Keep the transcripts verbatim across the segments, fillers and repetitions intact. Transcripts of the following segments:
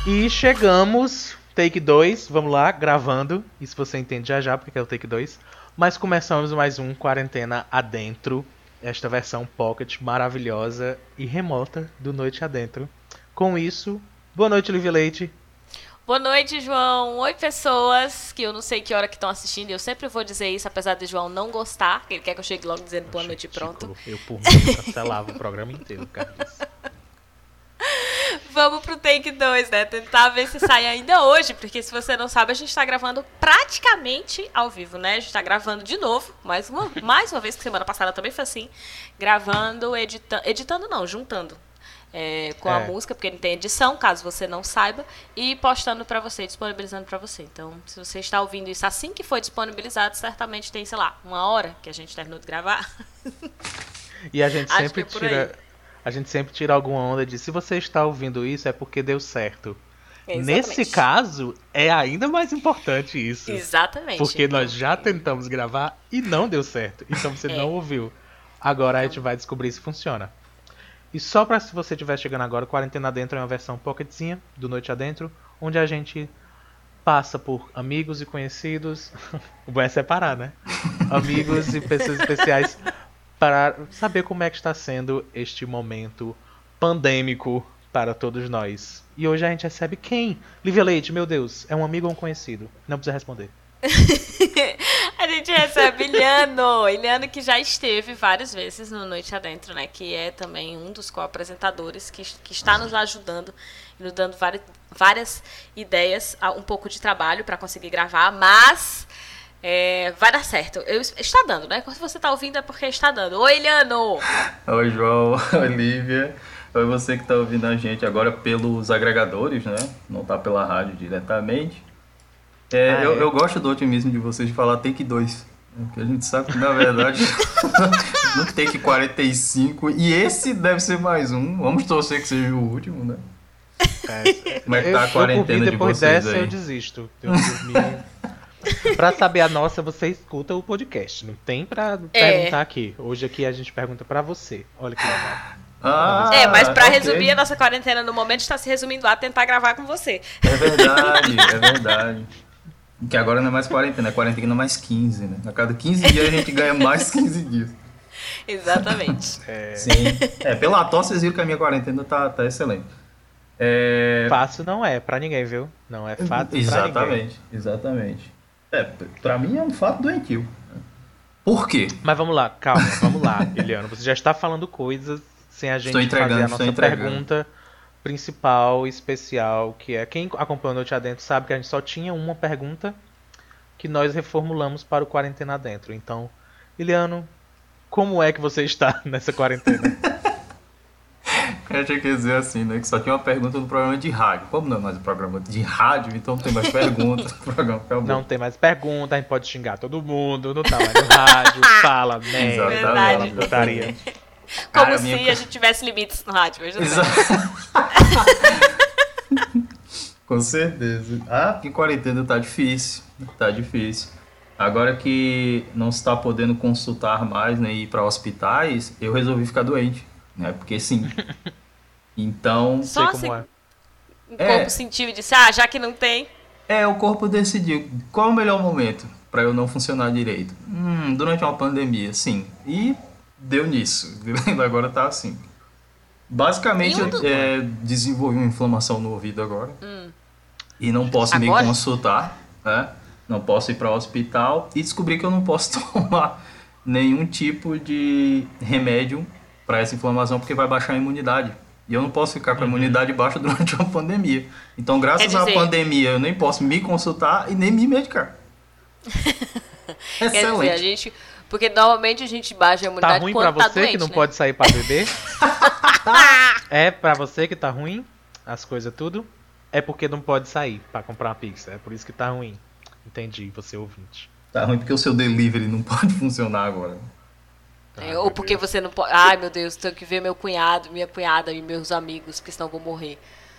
E chegamos, take dois, vamos lá, gravando. Isso você entende já já, porque é o take dois. Mas começamos mais um Quarentena Adentro. Esta versão pocket maravilhosa e remota do Noite Adentro. Com isso, boa noite, Livia Leite. Boa noite, João. Oi, pessoas, que eu não sei que hora que estão assistindo. Eu sempre vou dizer isso, apesar de João não gostar. Ele quer que eu chegue logo dizendo boa noite e pronto. Eu, por mim, cancelava o programa inteiro, cara. Vamos pro take dois, né? Tentar ver se sai ainda hoje, porque se você não sabe, a gente tá gravando praticamente ao vivo, né? A gente tá gravando de novo, mais uma, mais uma vez, que semana passada também foi assim. Gravando, editando, editando não, juntando. É, com é. a música, porque ele tem edição, caso você não saiba, e postando pra você, disponibilizando pra você. Então, se você está ouvindo isso assim que foi disponibilizado, certamente tem, sei lá, uma hora que a gente terminou de gravar. E a gente sempre tira, a gente sempre tira alguma onda de se você está ouvindo isso é porque deu certo. Exatamente. Nesse caso, é ainda mais importante isso. Exatamente. Porque então, nós já tentamos gravar e não deu certo. Então você é. não ouviu. Agora então, a gente vai descobrir se funciona. E só pra se você estiver chegando agora, Quarentena Adentro é uma versão pocketzinha do Noite Adentro, onde a gente passa por amigos e conhecidos, o bom é separar, né? Amigos e pessoas especiais para saber como é que está sendo este momento pandêmico para todos nós. E hoje a gente recebe quem? Livia Leite, meu Deus, é um amigo ou um conhecido? Não precisa responder. A gente recebe Iliano, Iliano que já esteve várias vezes no Noite Adentro, né? Que é também um dos co-apresentadores que, que está nos ajudando e nos dando várias, várias ideias, um pouco de trabalho para conseguir gravar, mas é, vai dar certo. Eu, está dando, né? Quando você está ouvindo é porque está dando. Oi, Iliano! Oi, João. Oi, Lívia. Oi, você que está ouvindo a gente agora pelos agregadores, né? Não está pela rádio diretamente. É, ah, eu, é. eu gosto do otimismo de vocês de falar take dois. Porque a gente sabe que, na verdade, no take quarenta e cinco. E esse deve ser mais um. Vamos torcer que seja o último, né? É, Como é que tá a quarentena de vocês aí? Depois dessa eu desisto. Eu dormi. Pra saber a nossa, você escuta o podcast. Não tem pra é. perguntar aqui. Hoje aqui a gente pergunta pra você. Olha que legal. Ah, é, mas pra okay. resumir, a nossa quarentena no momento está se resumindo a tentar gravar com você. É verdade, é verdade. Que agora não é mais quarentena, é quarentena mais quinze, né? A cada quinze dias a gente ganha mais quinze dias. Exatamente. É... Sim. É, pela tosse vocês viram que a minha quarentena tá, tá excelente. É... Fácil não é pra ninguém, viu? Não é fácil exatamente, pra ninguém. Exatamente. É, pra mim é um fato doentio. Por quê? Mas vamos lá, calma, vamos lá, Eliano. Você já está falando coisas sem a gente fazer a nossa pergunta principal, especial, que é quem acompanha o Noite Adentro sabe que a gente só tinha uma pergunta que nós reformulamos para o Quarentena Adentro. Então, Iliano, como é que você está nessa quarentena? Eu tinha que dizer assim, né? Que só tinha uma pergunta no programa de rádio. Como não é mais um programa de rádio, então não tem mais pergunta. O programa acabou. Não tem mais pergunta, a gente pode xingar todo mundo, não tá mais no rádio, fala, né? Fala putaria. Como Cara, se minha... a gente tivesse limites no rádio. Exato. Com certeza. Ah, em quarentena tá difícil. Tá difícil. Agora que não se está podendo consultar mais, né, ir para hospitais, eu resolvi ficar doente. Né? Porque sim. Então. Só sei como assim, é. O corpo é, sentiu e disse: ah, já que não tem. É, o corpo decidiu. Qual é o melhor momento para eu não funcionar direito? Hum, durante uma pandemia, sim. E. Deu nisso, agora tá assim. Basicamente, eu é, desenvolvi uma inflamação no ouvido agora. Hum. E não posso agora? me consultar, né? Não posso ir para o hospital. E descobri que eu não posso tomar nenhum tipo de remédio para essa inflamação, porque vai baixar a imunidade. E eu não posso ficar com a imunidade baixa durante uma pandemia. Então, graças dizer... à pandemia, eu nem posso me consultar e nem me medicar. Excelente. Quer dizer, a gente... Porque normalmente a gente baixa a imunidade tá ruim quando pra você tá doente, que não né? pode sair pra beber? É pra você que tá ruim as coisas tudo? É porque não pode sair pra comprar uma pizza. É por isso que tá ruim. Entendi, você ouvinte. Tá ruim porque o seu delivery não pode funcionar agora. É, ah, ou porque Deus. Você não pode... Ai, meu Deus, tenho que ver meu cunhado, minha cunhada e meus amigos, porque senão eu vou morrer.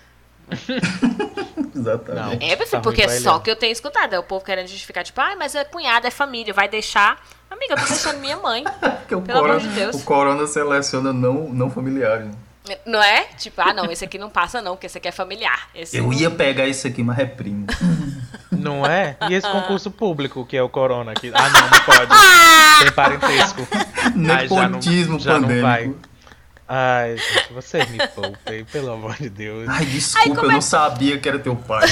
Exatamente. É, tá porque é só o que eu tenho escutado. É o povo querendo justificar, tipo, ai, mas é cunhada, é família, vai deixar. Amiga, eu tô deixando minha mãe. Pelo corona, amor de Deus. O corona seleciona não, não familiares. Não é? Tipo, ah, não, esse aqui não passa não, porque esse aqui é familiar. Esse Eu não... ia pegar isso aqui, mas reprimo. Não é? E esse concurso público, que é o Corona aqui? Ah, não, não pode. Tem parentesco. Ai, já não, Nepotismo já não pandêmico. vai. Ai, gente, você me poupem, pelo amor de Deus. Ai, desculpa, Ai, como eu é- não sabia que era teu pai.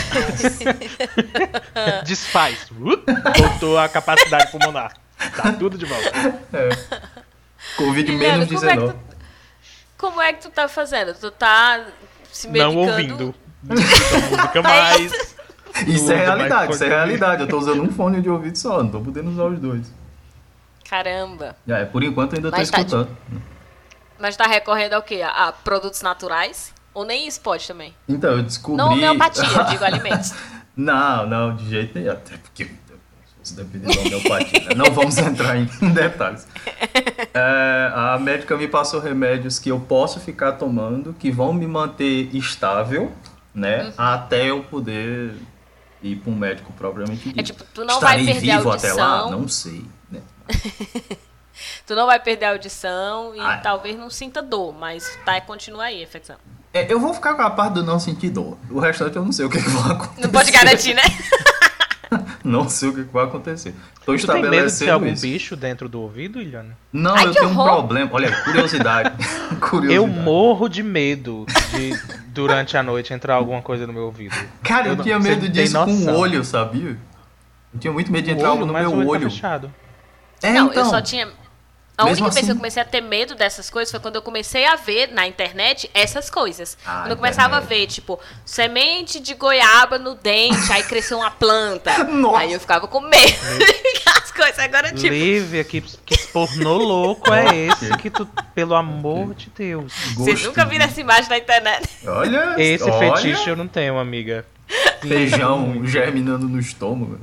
Desfaz. Uh, Voltou a capacidade pulmonar. Tá tudo de volta. Covid Guilherme, menos como é que dezenove. tu- Como é que tu tá fazendo? Tu tá se medicando? Não ouvindo. Escuta música mais. Isso Tudo, é realidade, mas isso é realidade. Eu tô usando um fone de ouvido só, não tô podendo usar os dois. Caramba. É, por enquanto eu ainda tô Mas tá escutando. Mas tá recorrendo ao quê? A, a produtos naturais? Ou nem isso pode também? Então, eu descobri... Não homeopatia, eu digo alimentos. Não, não, de jeito nenhum. Até porque se depender da homeopatia, né? Não vamos entrar em, em detalhes. É, a médica me passou remédios que eu posso ficar tomando, que vão me manter estável, né? Uhum. Até eu poder ir para um médico propriamente dito. É tipo, tu não vai Estarei perder a vivo até lá? audição. Não sei, né? Tu não vai perder a audição e Ai. talvez não sinta dor, mas tá, continua aí a infecção. É, eu vou ficar com a parte do não sentir dor. O restante eu não sei o que, que vai acontecer. Não pode garantir, né? Não sei o que, que vai acontecer. Tô Tu tem medo de ser estabelecendo algum isso. bicho dentro do ouvido, Iliana? Não, Ai, eu que tenho um horror. problema. Olha, curiosidade. curiosidade. Eu morro de medo de, durante a noite, entrar alguma coisa no meu ouvido. Cara, eu, Eu não- tinha você medo não tem disso com o noção. olho, sabia? Eu tinha muito medo de O entrar olho, algo no mas meu o olho. olho. Tá fechado. É, não, então. eu só tinha. A Mesmo única vez que assim- eu comecei a ter medo dessas coisas foi quando eu comecei a ver na internet essas coisas. Ah, quando eu começava internet. a ver, tipo, semente de goiaba no dente, aí cresceu uma planta. Nossa. Aí eu ficava com medo de ficar as coisas. Agora, tipo, Lívia, que, que pornô louco é esse que tu, pelo amor de Deus. vocês Gosto nunca de- viram essa imagem na internet. Olha, Esse olha, fetiche eu não tenho, amiga. Feijão germinando no estômago.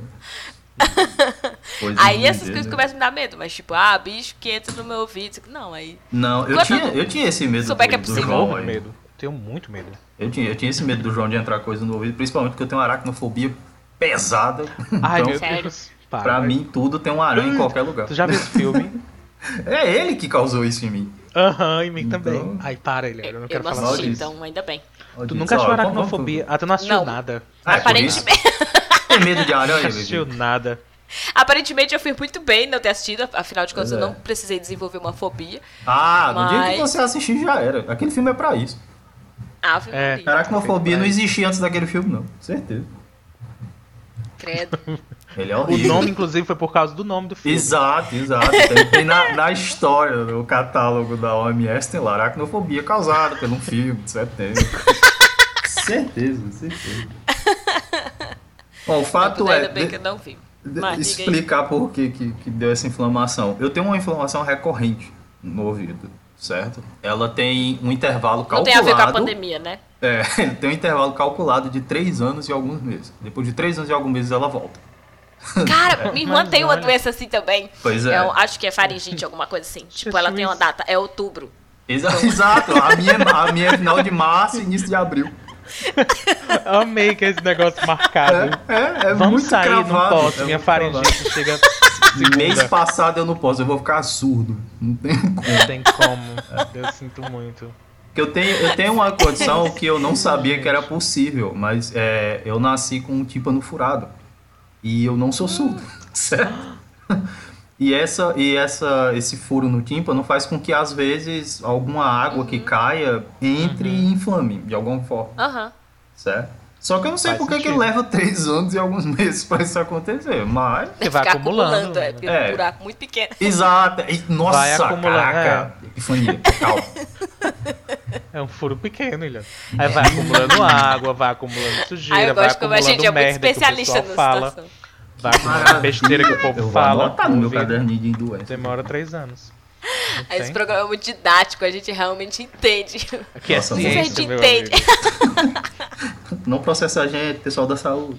Coisa Aí de essas Deus, coisas né? começam a me dar medo, mas tipo, ah, bicho que entra no meu ouvido. Não, aí. Não, eu Quando tinha, eu eu tinha esse medo souber do, que é do possível. João. Morro de aí. medo. Tenho muito medo. Eu tinha, eu tinha esse medo do João de entrar coisa no ouvido, principalmente porque eu tenho uma aracnofobia pesada. Ai, Então, meu Sério? Deus. Para. pra mim, tudo tem um aranha em qualquer lugar. Tu já viu esse filme? É ele que causou isso em mim. Aham, em mim Então- também. Ai, para, Eliana, eu não Eu quero não falar mal assisti, disso. disso. então ainda bem. Olha Tu isso, nunca ó, assistiu vamos- vamos- aracnofobia? Ah, tu não assistiu Não. nada. Ah, é por isso. Aparentemente. Tem medo de aranha, Não assistiu bebê? nada. Aparentemente eu fiz muito bem não ter assistido, afinal de contas Pois eu é. não precisei desenvolver uma fobia. Ah, no dia que Mas- você assistir já era. Aquele filme é pra isso. Ave É. Maria, Aracnofobia não existia antes daquele filme, não. Certeza. credo. Ele é O horrível. nome, inclusive, foi por causa do nome do filme. Exato, exato. Tem, tem na, na história, no catálogo da O M S, tem lá aracnofobia causada por um filme de setembro. certeza, certeza. Bom, o fato Não, é... ainda bem de- que eu não vi. de- Mas diga aí. explicar por que, que, que deu essa inflamação. Eu tenho uma inflamação recorrente no ouvido, certo? Ela tem um intervalo Não calculado... tem a ver com a pandemia, né? É, ele tem um intervalo calculado de três anos e alguns meses. Depois de três anos e alguns meses ela volta. Cara, minha irmã Mas tem uma olha- doença assim também. Pois é. Eu acho que é faringite, alguma coisa assim. Tipo, ela tem uma data, é outubro. Exa- Exato, a minha, a minha é final de março e início de abril. Amei que é esse negócio marcado. É, é, é Vamos muito sair, cravado. não posso. é Minha muito cravado. faringite chega Mês segunda. passado eu não posso, eu vou ficar surdo. Não tem como. Não tem como. Eu sinto muito. Porque eu tenho, eu tenho uma condição que eu não sabia que era possível, mas é, eu nasci com um tímpano furado. E eu não sou surdo, certo? E, essa, e essa, esse furo no tímpano faz com que, às vezes, alguma água que caia entre e inflame, de alguma forma, Aham. certo? Só que eu não sei Faz por que que sentido. leva três anos e alguns meses pra isso acontecer, mas... Você vai Ficar acumulando. é, porque é É. um buraco muito pequeno. Exato. E, nossa, Vai acumulando, caraca. Epifania, calma. É um furo pequeno, Ilha. Aí vai acumulando água, vai acumulando Aí sujeira, eu vai gosto como a acumulando gente é muito merda que o especialista pessoal na fala. situação. Vai acumulando besteira que o povo Eu vou fala. anotar no meu ouvindo. caderninho de doença. Demora três anos. Não Esse tem? programa é muito didático, a gente realmente entende. Aqui é Nossa, a ciência, gente meu entende. amigo. Não processa a gente, pessoal da saúde.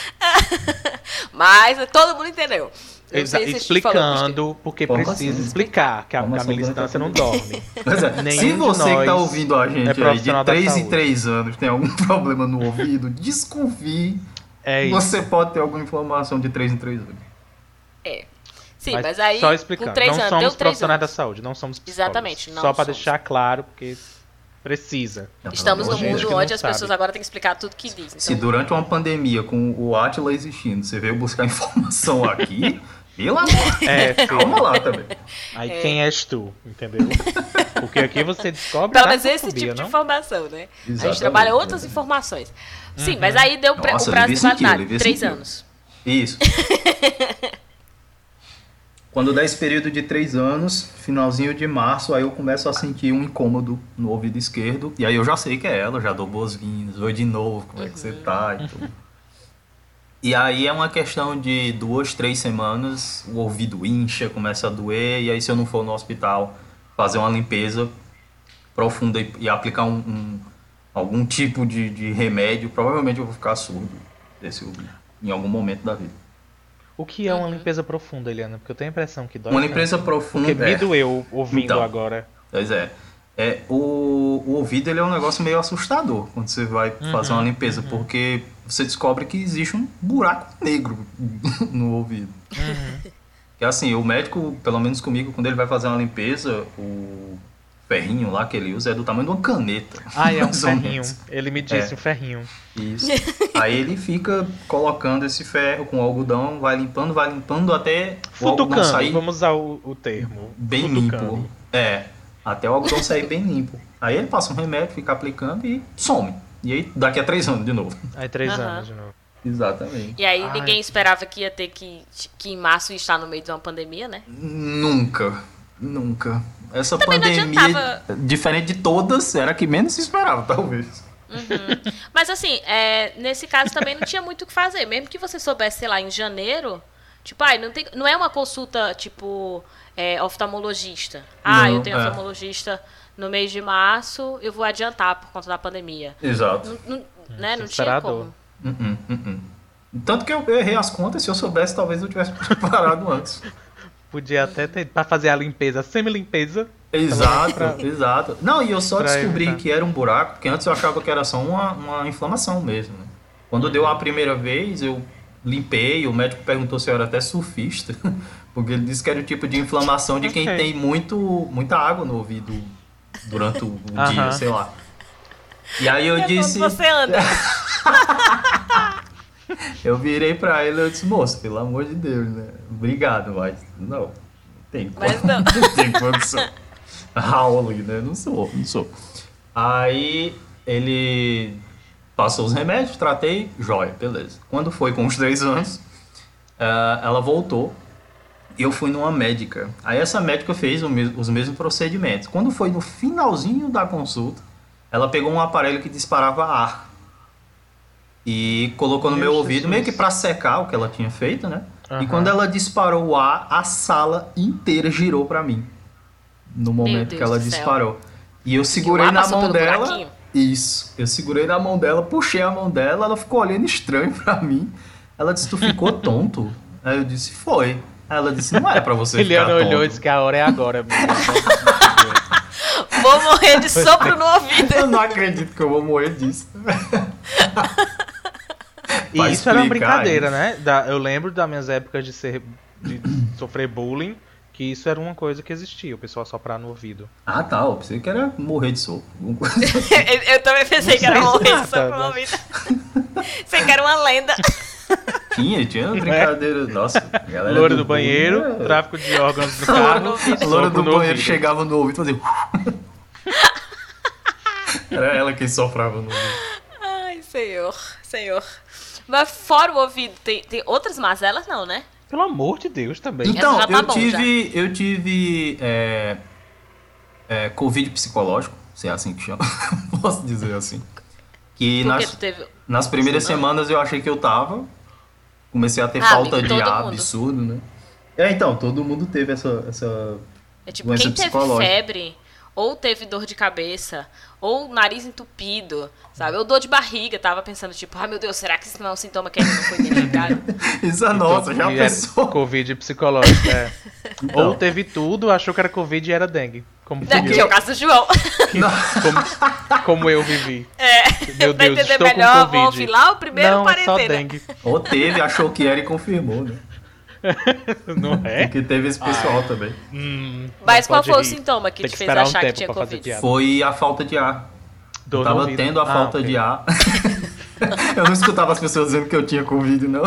Mas todo mundo entendeu. Eu não Exa- sei se a gente falou besteira. Explicando, porque Como precisa assim? explicar, que a, Como a assim? militância não dorme. Mas é, Nenhum se de você que tá nós ouvindo a gente é aí de profissional da três em saúde. três anos tem algum problema no ouvido, desconfie. É isso. Você pode ter alguma inflamação de três em três anos. É. Sim, Mas, mas, aí só com explicando, três não anos, somos deu três profissionais da anos. saúde, não somos psicólogos. Exatamente, não Só pra somos. deixar claro, porque Precisa. Não, Estamos no pelo amor de mundo Deus. onde as Não pessoas sabe. agora têm que explicar tudo que dizem. Se Então, durante uma pandemia com o Átila existindo, você veio buscar informação aqui, pelo amor, É, filho. calma lá também. Aí É. quem és tu, entendeu? Porque aqui você descobre pelo menos esse grafofobia, tipo de não? informação, né? A gente Exatamente, trabalha outras exatamente. informações. Sim, mas aí deu pra- Nossa, o prazo levei de cinco quilos, validade, levei três cinco anos. Isso. Quando dá esse período de três anos, finalzinho de março, aí eu começo a sentir um incômodo no ouvido esquerdo. E aí eu já sei que é ela, já dou boas-vindas, oi de novo, como é que você tá e tudo. E aí é uma questão de duas, três semanas, o ouvido incha, começa a doer, e aí se eu não for no hospital fazer uma limpeza profunda e, e aplicar um, um- algum tipo de, de remédio, provavelmente eu vou ficar surdo desse ouvido, em algum momento da vida. O que é uma limpeza profunda, Eliana? Porque eu tenho a impressão que dói. Uma tanto. limpeza profunda... Porque me é. doeu ouvindo Então. agora. Pois é. É, o, o ouvido ele é um negócio meio assustador quando você vai fazer uma limpeza, porque você descobre que existe um buraco negro no ouvido. Que assim, o médico, pelo menos comigo, quando ele vai fazer uma limpeza, o ferrinho lá que ele usa é do tamanho de uma caneta. Ah, é um mais ou ferrinho. menos. Ele me disse É. um ferrinho. Isso. Aí ele fica colocando esse ferro com algodão, vai limpando, vai limpando até o algodão Futucando, sair vamos usar o, o termo. bem Futucando. limpo. É, até o algodão sair bem limpo. Aí ele passa um remédio, fica aplicando e some. E aí daqui a três anos de novo. Aí três Aham. anos de novo. Exatamente. E aí Ai. ninguém esperava que ia ter que, que em março estar no meio de uma pandemia, né? Nunca, nunca. Essa Também não pandemia, adiantava. diferente de todas, era a que menos se esperava, talvez. Uhum. Mas assim, é, nesse caso também não tinha muito o que fazer. Mesmo que você soubesse, sei lá, em janeiro, tipo, ai, não, tem, não é uma consulta, tipo, é, oftalmologista. Ah, Não, eu tenho é. oftalmologista no mês de março, eu vou adiantar por conta da pandemia. Exato. Não, não, né, não tinha Desesperador. como. Uh-uh, uh-uh. Tanto que eu errei as contas, se eu soubesse, talvez eu tivesse preparado antes. Podia até ter pra fazer a limpeza, semi-limpeza. Exato, Pra- exato. Não, e eu só pra descobri evitar. que era um buraco, porque antes eu achava que era só uma, uma inflamação mesmo. Né? Quando deu a primeira vez, eu limpei, o médico perguntou se eu era até surfista, porque ele disse que era o tipo de inflamação de quem Ok. tem muito, muita água no ouvido durante o, o dia, Aham. sei lá. E aí eu É disse, quando você anda. eu virei pra ele e eu disse, moço, pelo amor de Deus, né? Obrigado, mas não, não tem Mas não. não tem condição. Raul, né? Não sou, não sou. Aí ele passou os remédios, tratei, joia, beleza. Quando foi com os três anos, eh, ela voltou e eu fui numa médica. Aí essa médica fez o mes- os mesmos procedimentos. Quando foi no finalzinho da consulta, ela pegou um aparelho que disparava ar e colocou no Meu meu Jesus. ouvido, meio que pra secar o que ela tinha feito, né? E Aham. quando ela disparou o ar, a sala inteira girou pra mim. No momento Deus que ela do céu. disparou. E eu segurei ar na passou mão pelo dela. buraquinho? Isso. Eu segurei na mão dela, puxei a mão dela, ela ficou olhando estranho pra mim. Ela disse, tu ficou tonto? Aí eu disse, foi. Aí ela disse, não é pra você ficar Eliana tonto. olhou e disse que a hora é agora. menina. Vou morrer de sopro no ouvido. Eu não acredito que eu vou morrer disso. E Pra isso era uma explicar brincadeira, isso. né? Da- eu lembro das minhas épocas de, ser, de sofrer bullying, que isso era uma coisa que existia, o pessoal soprar no ouvido. Ah, tá. Eu pensei que era morrer de soco. Alguma coisa assim. Eu, eu também pensei Não que era sei morrer de nada, sopro no né? ouvido. Pensei que era uma lenda. Tinha, tinha uma brincadeira. Nossa, a galera Loura do, bullying banheiro, era- tráfico de órgãos no Loura carro, no ouvido. A loura sopro do no banheiro ouvido. chegava no ouvido e fazia. Era ela quem soprava no ouvido. Ai, senhor, senhor. Mas fora o ouvido, tem, tem outras mazelas não, né? Pelo amor de Deus também. Então, já tá eu bom, tive, eu tive é, é, Covid psicológico, se é assim que chama, posso dizer assim. Que Porque nas, tu teve... nas primeiras Sim. semanas eu achei que eu tava, comecei a ter Ah, falta amigo, de todo ar mundo. absurdo, né? É, então, todo mundo teve essa... essa... É tipo, Doença quem teve psicológica. febre, ou teve dor de cabeça, ou nariz entupido, sabe? Ou dor de barriga, tava pensando, tipo, ai meu Deus, será que isso não é um sintoma que ainda não foi identificado? Isso é nossa, já E era pensou? Covid psicológico, é. Então. Ou teve tudo, achou que era Covid e era dengue. Como, fui Que é eu, o caso do João. que- como, como eu vivi. É, Meu pra Deus, entender estou com melhor, Covid. vou ouvir lá o primeiro Não, é só quarentena. dengue. Ou teve, achou que era e confirmou, né? Não é? Porque teve esse pessoal ah, também. Hum, Mas qual foi rir. o sintoma que Tem te que fez esperar um achar que tempo tinha pra fazer Covid? piada. Foi a falta de ar. Dor Eu tava no ouvido. tendo a Ah, falta ok. de ar. Eu não escutava as pessoas dizendo que eu tinha Covid, não.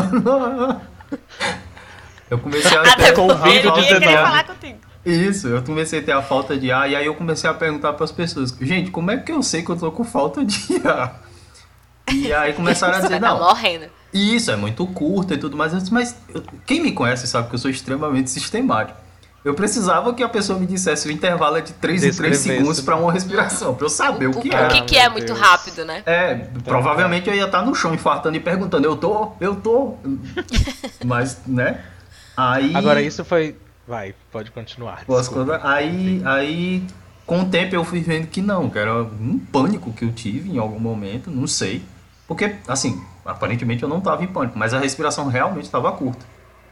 Eu comecei a Até ter porque ele Covid ia querer dezenove. falar contigo. Isso, eu comecei a ter a falta de ar e aí eu comecei a perguntar para as pessoas, gente, como é que eu sei que eu tô com falta de ar? E aí começaram a Você dizer, vai tá não, morrendo. isso é muito curto e tudo mais. Eu disse, mas eu- quem me conhece sabe que eu sou extremamente sistemático. Eu precisava que a pessoa me dissesse o intervalo é de três em três Descrevesse, segundos né? para uma respiração, para eu saber o, O, que o era. que, que é meu muito Deus. rápido, né? É, provavelmente eu ia estar no chão infartando e perguntando, eu tô, eu tô. Mas, né? Aí. Agora isso foi... Vai, pode continuar. Posso desculpa. contar? Aí, aí, com o tempo eu fui vendo que não, que era um pânico que eu tive em algum momento, não sei. Porque, assim, aparentemente eu não estava em pânico, mas a respiração realmente estava curta.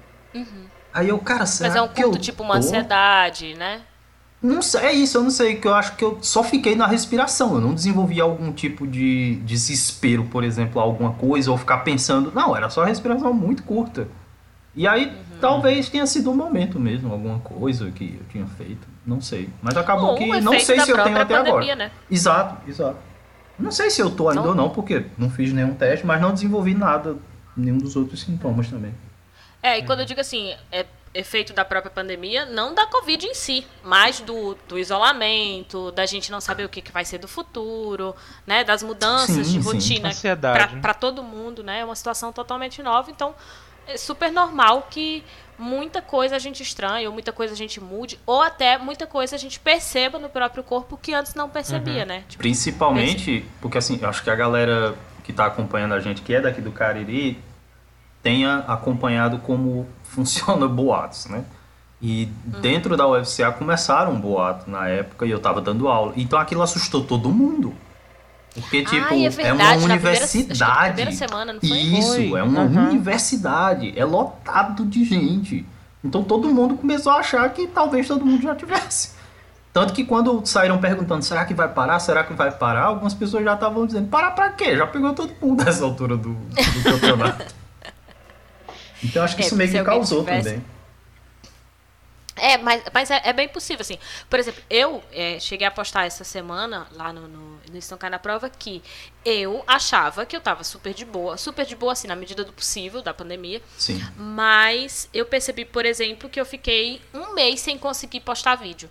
Aí eu, cara, será Mas é um que eu curto, tipo uma tô? ansiedade, né? Não sei, é isso, eu não sei, que eu acho que eu só fiquei na respiração, eu não desenvolvi algum tipo de desespero, por exemplo, alguma coisa, ou ficar pensando, não, era só respiração muito curta. E aí, Uhum. talvez tenha sido um momento mesmo, alguma coisa que eu tinha feito, não sei. Mas acabou Ou que um não efeito sei da se eu tenho própria até pandemia, agora. né? Exato, exato. Não sei se eu tô ainda Não. ou não, porque não fiz nenhum teste, mas não desenvolvi nada, nenhum dos outros sintomas também. É, e quando eu digo assim, é efeito da própria pandemia, não da Covid em si, mas do, do isolamento, da gente não saber o que, que vai ser do futuro, né? Das mudanças Sim, de sim. rotina Ansiedade. para todo mundo, né? É uma situação totalmente nova, então é super normal que muita coisa a gente estranhe, ou muita coisa a gente mude, ou até muita coisa a gente perceba no próprio corpo que antes não percebia, né? Tipo, Principalmente, porque assim, eu acho que a galera que tá acompanhando a gente, que é daqui do Cariri, tenha acompanhado como funciona boatos, né? E dentro da U F C A começaram um boato na época e eu tava dando aula. Então aquilo assustou todo mundo. Porque, tipo, Ai, é é, verdade, uma na primeira- universidade. acho que na primeira semana, não foi? Isso, Foi. é uma Uhum. universidade. É lotado de gente. Então todo mundo começou a achar que talvez todo mundo já tivesse. Tanto que quando saíram perguntando, será que vai parar? Será que vai parar? Algumas pessoas já estavam dizendo, parar pra quê? Já pegou todo mundo nessa altura do, do campeonato. Então acho que É, isso meio se que alguém causou tivesse- também. É, mas, mas é, é bem possível, assim. Por exemplo, eu é, cheguei a postar essa semana, lá no, no, no Estancar na Prova, que eu achava que eu tava super de boa. Super de boa, assim, na medida do possível, da pandemia. Sim. Mas eu percebi, por exemplo, que eu fiquei um mês sem conseguir postar vídeo.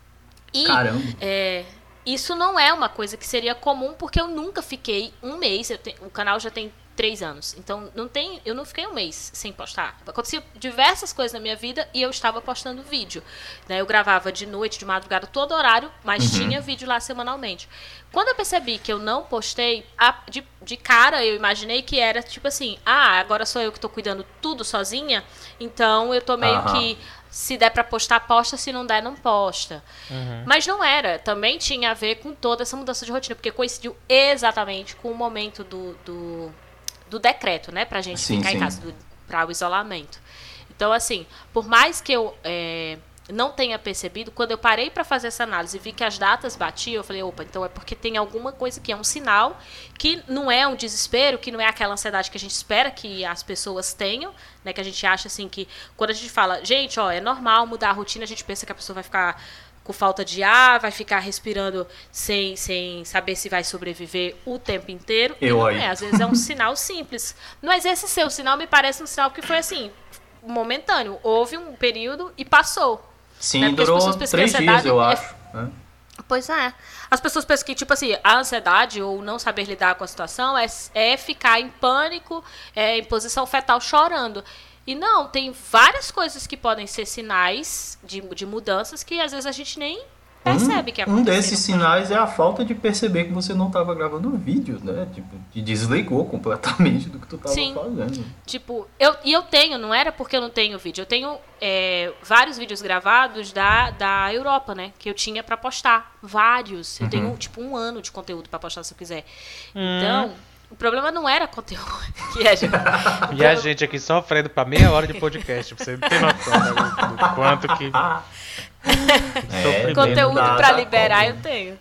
E Caramba. é, isso não é uma coisa que seria comum, porque eu nunca fiquei um mês. Eu te- o canal já tem três anos. Então, não tem, eu não fiquei um mês sem postar. Aconteciam diversas coisas na minha vida e eu estava postando vídeo. Né? Eu gravava de noite, de madrugada, todo horário, mas Uhum. tinha vídeo lá semanalmente. Quando eu percebi que eu não postei, a- de, de cara eu imaginei que era tipo assim, ah, agora sou eu que tô cuidando tudo sozinha, então eu tô meio Aham. que, se der pra postar, posta, se não der, não posta. Mas não era, também tinha a ver com toda essa mudança de rotina, porque coincidiu exatamente com o momento do, do, do decreto, né, pra gente Sim, ficar sim. em casa, do, pra o isolamento. Então, assim, por mais que eu é, não tenha percebido, quando eu parei pra fazer essa análise e vi que as datas batiam, eu falei, opa, então é porque tem alguma coisa que é um sinal, que não é um desespero, que não é aquela ansiedade que a gente espera que as pessoas tenham, né, que a gente acha assim que, quando a gente fala, gente, ó, é normal mudar a rotina, a gente pensa que a pessoa vai ficar com falta de ar, vai ficar respirando sem, sem saber se vai sobreviver o tempo inteiro. E Eu não aí. é, às vezes é um sinal simples. Mas esse seu sinal me parece um sinal que foi assim, momentâneo. Houve um período e passou. Sim, Né? Porque as durou pessoas pensam que três dias, ansiedade eu é- acho. né? Pois é. As pessoas pensam que, tipo assim, a ansiedade ou não saber lidar com a situação é, é ficar em pânico, é, em posição fetal chorando. E não, tem várias coisas que podem ser sinais de, de mudanças que às vezes a gente nem percebe que um, aconteceram. um desses sinais é a falta de perceber que você não estava gravando o vídeo, né? Tipo, te desligou completamente do que tu estava Sim. fazendo. Tipo, eu, e eu tenho, não era porque eu não tenho vídeo, eu tenho é, vários vídeos gravados da, da Europa, né? Que eu tinha pra postar. Vários. Eu Uhum. tenho, tipo, um ano de conteúdo pra postar se eu quiser. Então, o problema não era conteúdo. Que é, gente, E a gente aqui sofrendo pra meia hora de podcast, pra você ter noção né, do, do quanto que. É, Sofrimento. conteúdo da- pra da liberar cobra. eu tenho.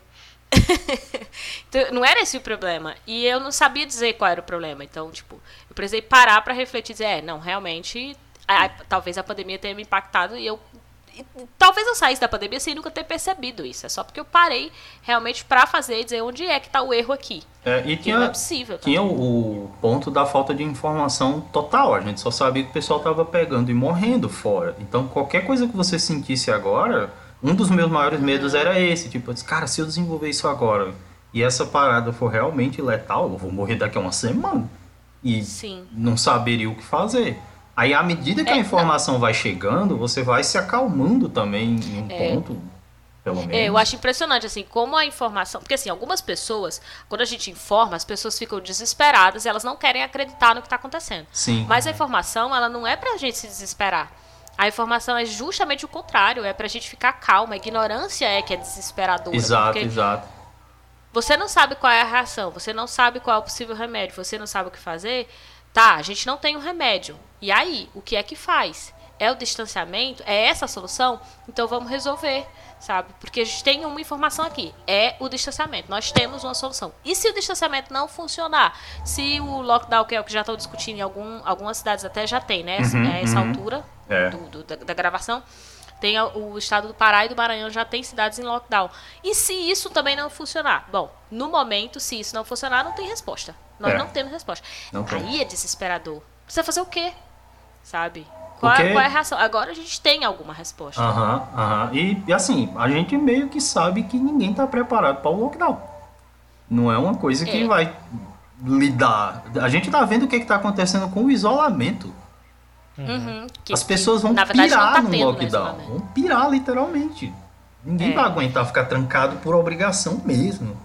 Então, não era esse o problema. E eu não sabia dizer qual era o problema. Então, tipo, eu precisei parar pra refletir e dizer, é, não, realmente a, a, talvez a pandemia tenha me impactado e eu e, talvez eu saísse da pandemia sem nunca ter percebido isso. É só porque eu parei realmente pra fazer e dizer onde é que tá o erro aqui. É, e tinha, não é possível. Tá? Tinha o, o ponto da falta de informação total. A gente só sabia que o pessoal tava pegando e morrendo fora. Então qualquer coisa que você sentisse agora, um dos meus maiores medos uhum. era esse. Tipo, eu disse, cara, se eu desenvolver isso agora e essa parada for realmente letal, eu vou morrer daqui a uma semana. E Sim. não saberia o que fazer. Aí, à medida que é, a informação não. vai chegando, você vai se acalmando também em um é. ponto, pelo menos. É, eu acho impressionante, assim, como a informação... Porque, assim, algumas pessoas, quando a gente informa, as pessoas ficam desesperadas e elas não querem acreditar no que está acontecendo. Sim. Mas a informação, ela não é pra gente se desesperar. A informação é justamente o contrário, é pra gente ficar calma. A ignorância é que é desesperadora. Exato, exato. Você não sabe qual é a reação, você não sabe qual é o possível remédio, você não sabe o que fazer... Tá, a gente não tem um remédio. E aí, o que é que faz? É o distanciamento? É essa a solução? Então vamos resolver, sabe? Porque a gente tem uma informação aqui. É o distanciamento. Nós temos uma solução. E se o distanciamento não funcionar? Se o lockdown, que é o que já estou discutindo em algum, algumas cidades até já tem, né? Uhum, é essa uhum. altura é. do, do, da, da gravação. Tem o estado do Pará e do Maranhão já tem cidades em lockdown. E se isso também não funcionar? Bom, no momento, se isso não funcionar, não tem resposta. Nós é. não temos resposta. Não Aí tem. é desesperador. Precisa fazer o quê? Sabe? Qual, é, qual é a reação? Agora a gente tem alguma resposta. Aham, uhum, aham. Uhum. E, e assim, a gente meio que sabe que ninguém está preparado para o lockdown. Não é uma coisa que é. vai lidar. A gente está vendo o que está acontecendo com o isolamento. Uhum. Que, As pessoas vão que, verdade, pirar tá no lockdown. Vão pirar, literalmente. Ninguém é. vai aguentar ficar trancado por obrigação mesmo.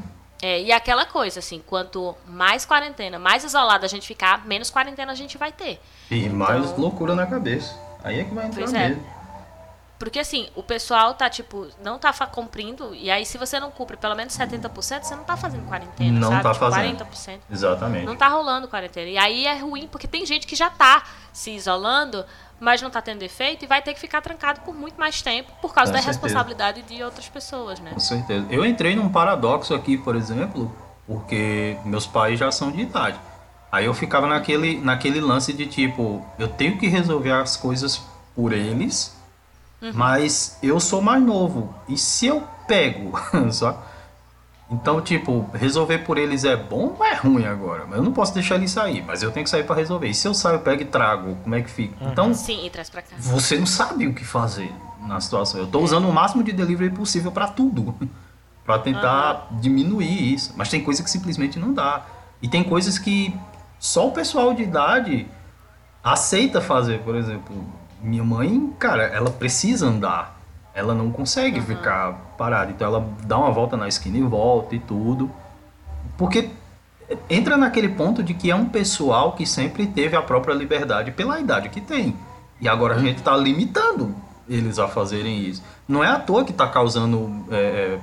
É, e aquela coisa, assim, quanto mais quarentena, mais isolada a gente ficar, menos quarentena a gente vai ter. E então, mais loucura na cabeça. Aí é que vai entrar pois mesmo. É. Porque, assim, o pessoal tá, tipo, não tá cumprindo, e aí se você não cumpre pelo menos setenta por cento, você não tá fazendo quarentena, não sabe? Tá tipo, fazendo. quarenta por cento. Exatamente. Não tá rolando quarentena. E aí é ruim, porque tem gente que já tá se isolando, mas não tá tendo efeito, e vai ter que ficar trancado por muito mais tempo, por causa Com da certeza. responsabilidade de outras pessoas, né? Com certeza. Eu entrei num paradoxo aqui, por exemplo, porque meus pais já são de idade. Aí eu ficava naquele, naquele lance de tipo, eu tenho que resolver as coisas por eles, uhum. mas eu sou mais novo. E se eu pego, só... Então, tipo, resolver por eles é bom ou é ruim agora? Eu não posso deixar eles sair, mas eu tenho que sair pra resolver. E se eu saio, eu pego e trago, como é que fica? Uhum. Então, sim, e traz pra cá. Você não sabe o que fazer na situação. Eu tô usando o máximo de delivery possível pra tudo. Pra tentar uhum. diminuir isso. Mas tem coisa que simplesmente não dá. E tem coisas que só o pessoal de idade aceita fazer. Por exemplo, minha mãe, cara, ela precisa andar. Ela não consegue uhum. ficar parada. Então ela dá uma volta na esquina e volta e tudo. Porque entra naquele ponto de que é um pessoal que sempre teve a própria liberdade pela idade que tem. E agora a gente está limitando eles a fazerem isso. Não é à toa que está causando, é,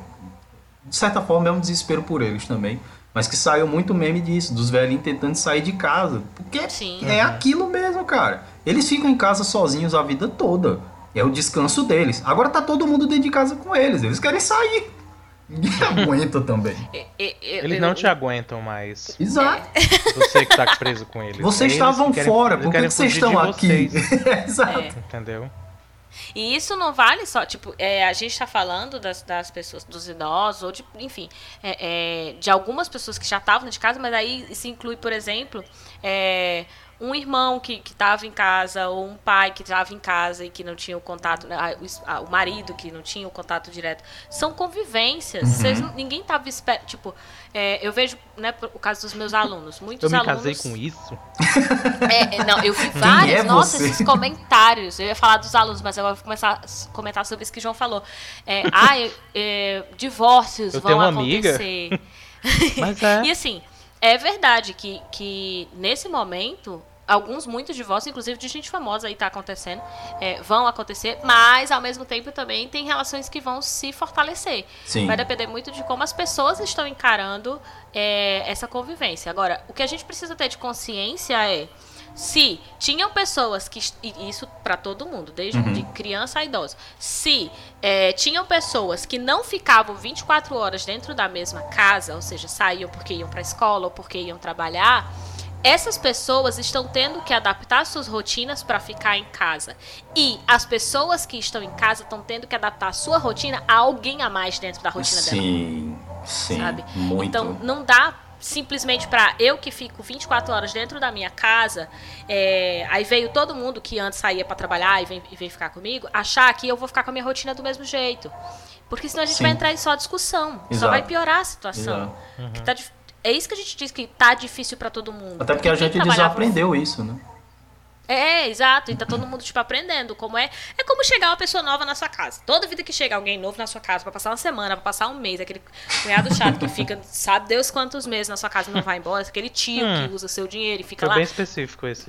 de certa forma, é um desespero por eles também. Mas que saiu muito meme disso, dos velhinhos tentando sair de casa. Porque Sim. é aquilo mesmo, cara. Eles ficam em casa sozinhos a vida toda. É o descanso deles. Agora tá todo mundo dentro de casa com eles. Eles querem sair. Ninguém aguenta também. Eles não te aguentam mais. Exato. Você que tá preso com eles. Vocês eles estavam querem, fora. Por que, que vocês estão aqui? Exato. É. Entendeu? E isso não vale só, tipo, é, a gente tá falando das, das pessoas, dos idosos, ou de, enfim, é, é, de algumas pessoas que já estavam dentro de casa, mas aí se inclui, por exemplo, é, um irmão que estava em casa, ou um pai que estava em casa e que não tinha o contato, né, o, o marido que não tinha o contato direto. São convivências. Uhum. Vocês, ninguém estava esperando. Tipo, é, eu vejo, né, o caso dos meus alunos. Muitos eu me alunos. casei com isso? É, não, eu vi vários. É nossa, você? esses comentários. Eu ia falar dos alunos, mas eu vou começar a comentar sobre isso que o João falou. É, ah, é, é, divórcios eu vão tenho uma acontecer. Amiga. Mas é. E assim. É verdade que, que nesse momento, alguns, muitos divórcios, inclusive de gente famosa aí tá acontecendo, é, vão acontecer, mas ao mesmo tempo também tem relações que vão se fortalecer. Sim. Vai depender muito de como as pessoas estão encarando é, essa convivência. Agora, o que a gente precisa ter de consciência é se tinham pessoas que, e isso para todo mundo, desde uhum. de criança a idoso, se é, tinham pessoas que não ficavam vinte e quatro horas dentro da mesma casa, ou seja, saíam porque iam para a escola ou porque iam trabalhar, essas pessoas estão tendo que adaptar suas rotinas para ficar em casa. E as pessoas que estão em casa estão tendo que adaptar a sua rotina a alguém a mais dentro da rotina sim, dela. Sim, sim, sabe? muito. Então, não dá simplesmente para eu que fico vinte e quatro horas dentro da minha casa, é, aí veio todo mundo que antes saía para trabalhar e vem, e vem ficar comigo, achar que eu vou ficar com a minha rotina do mesmo jeito. Porque senão a gente Sim. vai entrar em só discussão. Exato. Só vai piorar a situação. Uhum. Que tá, é isso que a gente diz que tá difícil para todo mundo. Até porque, porque a gente desaprendeu com... isso, né? É, exato. E tá todo mundo, tipo, aprendendo como é. É como chegar uma pessoa nova na sua casa. Toda vida que chega alguém novo na sua casa, pra passar uma semana, pra passar um mês, aquele cunhado chato que fica, sabe Deus quantos meses na sua casa e não vai embora, aquele tio hum. que usa seu dinheiro e fica Foi lá. bem específico esse.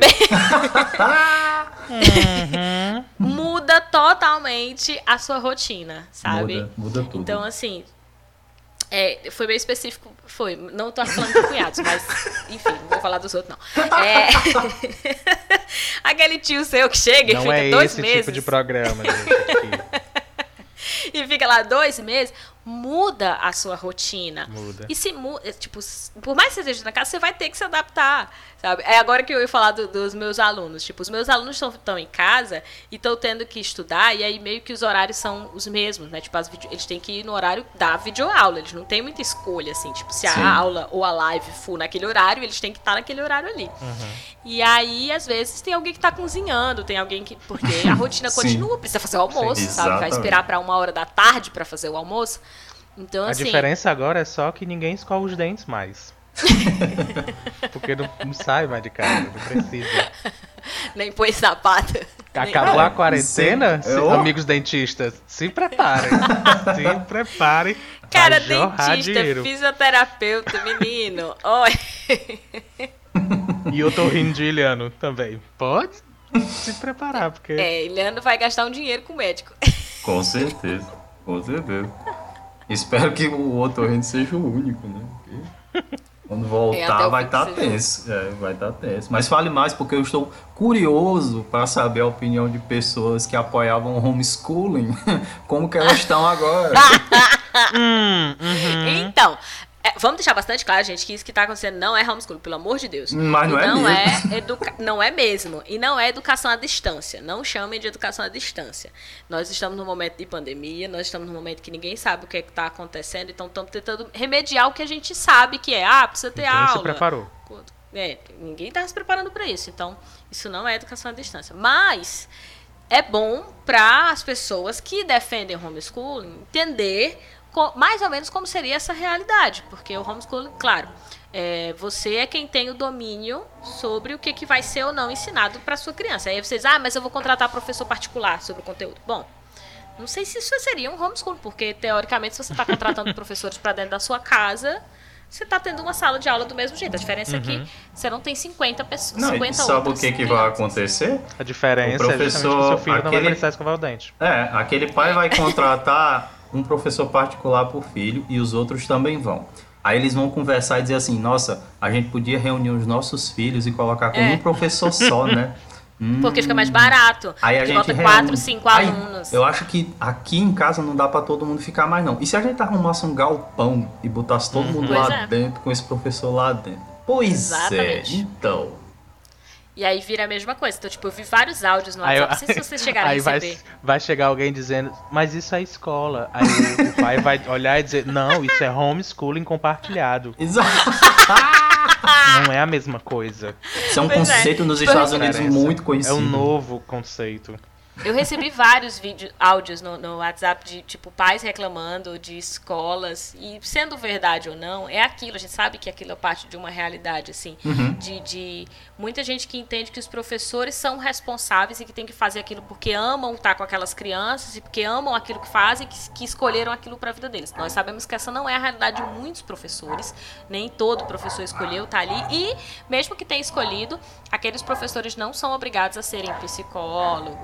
uhum. Muda totalmente a sua rotina, sabe? Muda, muda tudo. Então, assim... É, foi bem específico, foi. Não tô falando de cunhados, mas enfim, não vou falar dos outros, não. É... Aquele tio seu que chega não e fica é dois esse meses. Tipo de programa, gente. E fica lá dois meses, muda a sua rotina. Muda. E se muda, tipo, por mais que você esteja na casa, você vai ter que se adaptar, sabe? É agora que eu ia falar do, dos meus alunos. Tipo, os meus alunos estão em casa e estão tendo que estudar, e aí meio que os horários são os mesmos, né? Tipo, as video, eles têm que ir no horário da videoaula, eles não têm muita escolha, assim. Tipo, se Sim. a aula ou a live for naquele horário, eles têm que estar naquele horário ali. Uhum. E aí, às vezes, tem alguém que tá cozinhando, tem alguém que... Porque a rotina continua, precisa fazer o almoço, Sim, sabe? Vai esperar pra uma hora da tarde pra fazer o almoço. Então, a assim, diferença agora é só que ninguém escova os dentes mais. Porque não, não sai mais de casa, não precisa. Nem põe sapato. Acabou Nem... a quarentena, se, Eu... amigos dentistas, se preparem. Se preparem. Cara, dentista, dinheiro. Fisioterapeuta, menino. Olha. E eu tô rindo de Iliano também. Pode se preparar, porque... É, Iliano vai gastar um dinheiro com o médico. Com certeza, com certeza. Espero que o otorrino seja o único, né? Porque quando voltar é, vai estar tá tenso. É, vai estar tá tenso. Mas fale mais, porque eu estou curioso para saber a opinião de pessoas que apoiavam o homeschooling. Como que elas estão agora? hum, uhum. Então... É, vamos deixar bastante claro, gente, que isso que está acontecendo não é homeschooling, pelo amor de Deus. Mas não, não é mesmo. É educa... Não é mesmo. E não é educação à distância. Não chamem de educação à distância. Nós estamos num momento de pandemia, nós estamos num momento que ninguém sabe o que é está acontecendo, então estamos tentando remediar o que a gente sabe que é. Ah, precisa ter ninguém aula. se preparou. É, ninguém está se preparando para isso. Então, isso não é educação à distância. Mas é bom para as pessoas que defendem homeschooling entender mais ou menos como seria essa realidade, porque o homeschooling, claro, é, você é quem tem o domínio sobre o que, que vai ser ou não ensinado para sua criança. Aí você diz, ah, mas eu vou contratar professor particular sobre o conteúdo. Bom, não sei se isso seria um homeschooling, porque teoricamente se você está contratando professores para dentro da sua casa, você está tendo uma sala de aula do mesmo jeito. A diferença uhum. é que você não tem cinquenta pessoas, não, cinquenta sabe o que, que vai acontecer? A diferença o professor, é justamente que seu filho aquele, não vai precisar escovar o dente. É, aquele pai vai contratar um professor particular por filho e os outros também vão. Aí eles vão conversar e dizer assim, nossa, a gente podia reunir os nossos filhos e colocar com é. um professor só, né? Hum. Porque fica mais barato. Aí a gente bota reúne. quatro, cinco Aí, alunos. Eu acho que aqui em casa não dá pra todo mundo ficar mais não. E se a gente arrumasse um galpão e botasse todo mundo pois lá é. dentro, com esse professor lá dentro? Pois Exatamente. é, então... E aí vira a mesma coisa. Então, tipo, eu vi vários áudios no WhatsApp. Aí, não sei se vocês chegaram aí a receber. Vai, vai chegar alguém dizendo, mas isso é escola. Aí o, o pai vai olhar e dizer, não, isso é homeschooling compartilhado. Exato. Não é a mesma coisa. Isso é um pois conceito é. nos tipo, Estados Unidos muito conhecido. É um novo conceito. Eu recebi vários vídeos, áudios no, no WhatsApp de, tipo, pais reclamando de escolas. E sendo verdade ou não, é aquilo. A gente sabe que aquilo é parte de uma realidade, assim. Uhum. De, de muita gente que entende que os professores são responsáveis e que tem que fazer aquilo porque amam estar com aquelas crianças e porque amam aquilo que fazem e que, que escolheram aquilo para a vida deles. Nós sabemos que essa não é a realidade de muitos professores. Nem todo professor escolheu estar ali. E, mesmo que tenha escolhido, aqueles professores não são obrigados a serem psicólogos e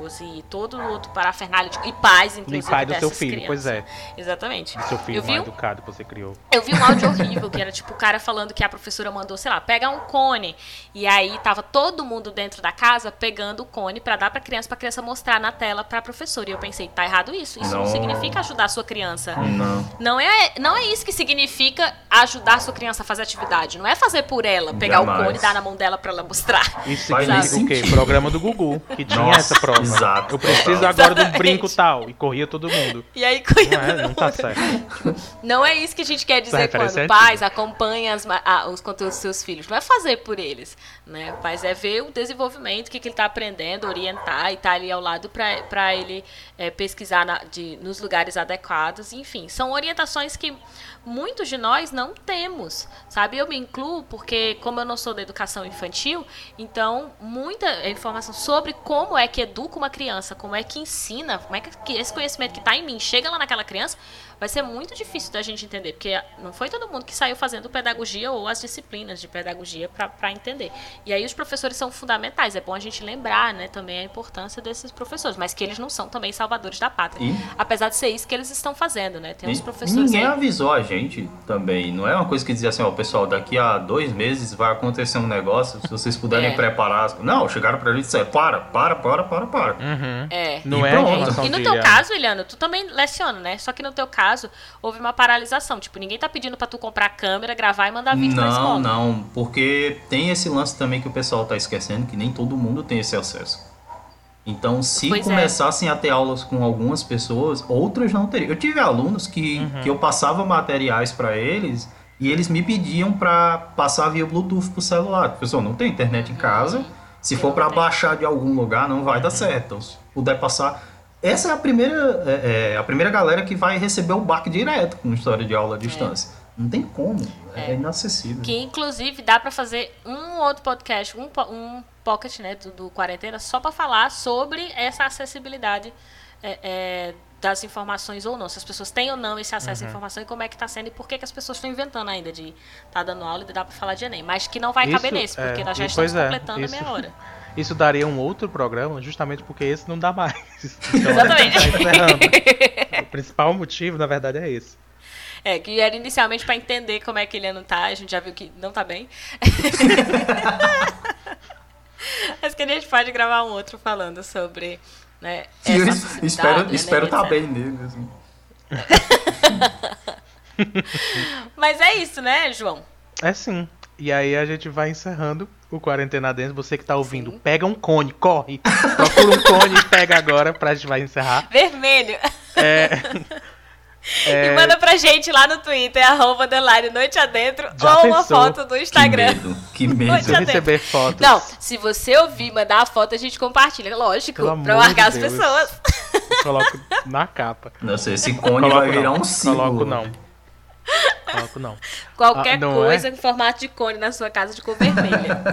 e todo o outro parafernália, de, e pais, inclusive, E pai do seu dessas filho, pois crianças. é. Exatamente. Do seu filho Eu vi mal um- educado que você criou. Eu vi um áudio horrível, que era tipo o cara falando que a professora mandou, sei lá, pegar um cone. E aí tava todo mundo dentro da casa pegando o cone pra dar pra criança, pra criança mostrar na tela pra professora. E eu pensei, tá errado isso. Isso não, Não. significa ajudar a sua criança. Não. Não é, não é isso que significa ajudar a sua criança a fazer atividade. Não é fazer por ela, pegar Jamais. o cone e dar na mão dela pra ela mostrar. Isso Faz significa o quê? sentido. Programa do Gugu, que tinha Nossa, essa prova. exato, Eu preciso total. agora de um Exatamente. brinco tal. E corria todo mundo. E aí, Não, cuida é, do não tá mundo. certo. Não é isso que a gente quer dizer referência quando é pais antiga. acompanham as ma- a- os conteúdos dos seus filhos. Não é fazer por eles, né? Pais é ver o desenvolvimento, o que, que ele está aprendendo, orientar e estar ali ao lado para ele é, pesquisar na- de, nos lugares adequados. Enfim, são orientações que muitos de nós não temos, sabe? Eu me incluo porque, como eu não sou da educação infantil, então muita informação sobre como é que educa uma criança, como é que ensina, como é que esse conhecimento que está em mim chega lá naquela criança, vai ser muito difícil da gente entender, porque não foi todo mundo que saiu fazendo pedagogia ou as disciplinas de pedagogia para entender. E aí os professores são fundamentais, é bom a gente lembrar, né, também a importância desses professores, mas que eles não são também salvadores da pátria, E- apesar de ser isso que eles estão fazendo, né? Tem uns E professores ninguém aí- avisou a gente também. Não é uma coisa que dizia assim, ó, pessoal, daqui a dois meses vai acontecer um negócio, se vocês puderem É. preparar. as- Não, chegaram pra gente e disseram, para, para, para, para, para. Uhum. É. Não E é pronto. informação E no de- teu caso, Eliano, tu também leciona, né? Só que no teu caso, houve uma paralisação. Tipo, ninguém tá pedindo pra tu comprar câmera, gravar e mandar vídeo pra Não, escola. não, porque tem esse lance também que o pessoal tá esquecendo, que nem todo mundo tem esse acesso. Então, se Pois é. começassem a ter aulas com algumas pessoas, outras não teriam. Eu tive alunos que, Uhum. que eu passava materiais para eles e eles me pediam para passar via Bluetooth pro celular. Pessoal, não tem internet em casa. Se Eu for não para tenho. baixar de algum lugar, não vai dar certo. Então, se puder passar. Essa é a primeira, é, é, a primeira galera que vai receber o baque direto com história de aula à distância. Não tem como. É, É. inacessível. Que, inclusive, dá pra fazer um outro podcast, um, po- um pocket, né, do, do Quarentena, só pra falar sobre essa acessibilidade é, é, das informações ou não. Se as pessoas têm ou não esse acesso à informação e como é que tá sendo e por que, que as pessoas estão inventando ainda de tá dando aula e dá pra falar de Enem. Mas que não vai Isso, caber nesse, porque é, nós já e estamos pois é, completando isso. a meia hora. Isso daria um outro programa, justamente porque esse não dá mais. Então, Exatamente. a gente tá encerrando. O principal motivo, na verdade, é esse. É, que era inicialmente pra entender como é que ele não tá, a gente já viu que não tá bem. Mas que a gente pode gravar um outro falando sobre, né, E eu essa es- acessibilidade, espero, né, espero tá etcétera. bem nele. Assim. Mas é isso, né, João? É sim. E aí a gente vai encerrando o Quarentena Dentro. Você que tá ouvindo, Sim. pega um cone, corre. Procura um cone e pega agora pra gente vai encerrar. Vermelho. É, E é, manda pra gente lá no Twitter, arroba underline noite adentro, Já ou uma pensou? foto do Instagram. Que medo, que medo. Noite se eu adentro. receber fotos. Não, se você ouvir, mandar a foto, a gente compartilha, lógico, Pelo pra amor marcar de as Deus. pessoas. eu coloco na capa. Nossa, esse cone Coloco vai virar não. um símbolo. Coloco não. Coloco não. Qualquer Ah, não coisa é? em formato de cone na sua casa de cor vermelha.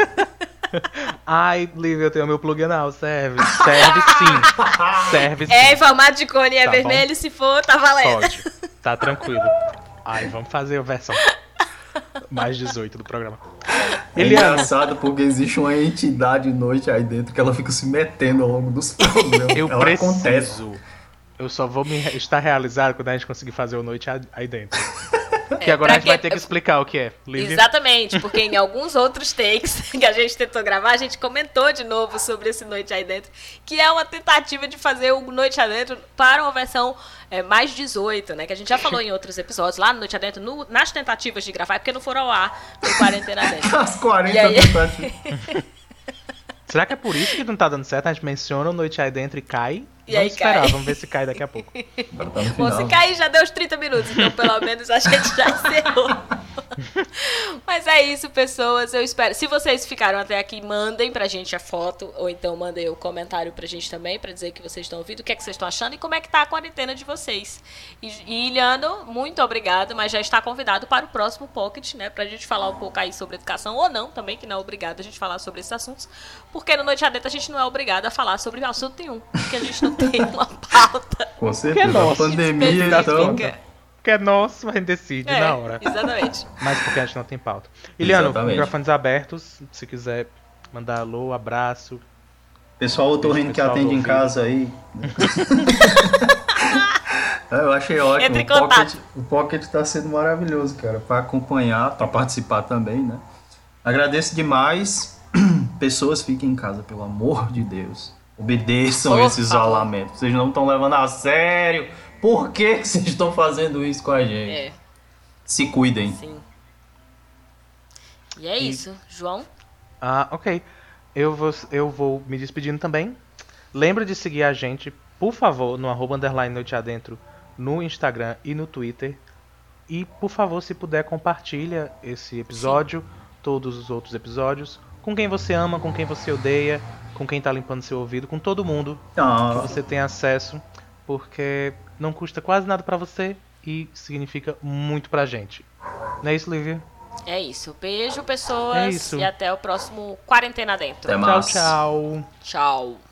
Ai, Lívia, eu tenho meu plug anal. Serve. Serve sim. Serve sim. É, em formato de cone é Tá vermelho, se for, tá valendo. Pode. Tá tranquilo. Ai, vamos fazer a versão mais dezoito do programa. É Eliana, engraçado porque existe uma entidade noite aí dentro que ela fica se metendo ao longo dos programas. eu ela acontece. preciso. Eu só vou me estar realizado quando a gente conseguir fazer o noite a- aí dentro. Que agora pra a gente vai quê? ter que explicar o que é. Lívia? Exatamente, porque em alguns outros takes que a gente tentou gravar, a gente comentou de novo sobre esse Noite Aí Dentro, que é uma tentativa de fazer o Noite Adentro para uma versão é, mais dezoito, né? Que a gente já falou em outros episódios, lá no Noite Adentro, no, nas tentativas de gravar, é porque não foram ao ar no Quarentena Dentro. As quarenta E aí? tentativas. Será que é por isso que não tá dando certo? A gente menciona o noite aí dentro e cai. E vamos aí esperar, cai. vamos ver se cai daqui a pouco. Agora tá no Bom, final. se cair já deu os trinta minutos, então pelo menos a gente já encerrou. Mas é isso, pessoas. Eu espero. Se vocês ficaram até aqui, mandem pra gente a foto, ou então mandem o comentário pra gente também, pra dizer que vocês estão ouvindo, o que é que vocês estão achando e como é que tá a quarentena de vocês. E, e Iliano, muito obrigado, mas já está convidado para o próximo Pocket, né? Pra gente falar um pouco aí sobre educação, ou não também, que não é obrigado a gente falar sobre esses assuntos, porque no Noite Adentro a gente não é obrigado a falar sobre assunto nenhum, porque a gente não tem uma pauta Com certeza. Que é A nosso. pandemia, então. específica. Que é nosso, a gente decide É, na hora. exatamente. Mas porque a gente não tem pauta. Iliano, Exatamente. microfones abertos. Se quiser mandar alô, abraço. Pessoal otorrino que atende em casa aí. Eu achei ótimo. Entre em o, Pocket, contato. o Pocket tá sendo maravilhoso, cara, para acompanhar, para participar também, né? Agradeço demais. Pessoas fiquem em casa, pelo amor de Deus. Obedeçam Por esse favor. isolamento. Vocês não estão levando a sério. Por que que vocês estão fazendo isso com a gente? É, Se cuidem. sim. E é E- isso. João? Ah, ok. Eu vou, eu vou me despedindo também. Lembra de seguir a gente, por favor, no arroba underline noite adentro, no Instagram e no Twitter. E, por favor, se puder, compartilha esse episódio, todos os outros episódios, com quem você ama, com quem você odeia, com quem tá limpando seu ouvido, com todo mundo que Ah, você tem acesso, porque não custa quase nada pra você e significa muito pra gente. Não é isso, Lívia? É isso. Beijo, pessoas. É isso. E até o próximo Quarentena Dentro. até Tchau, mais. tchau. Tchau.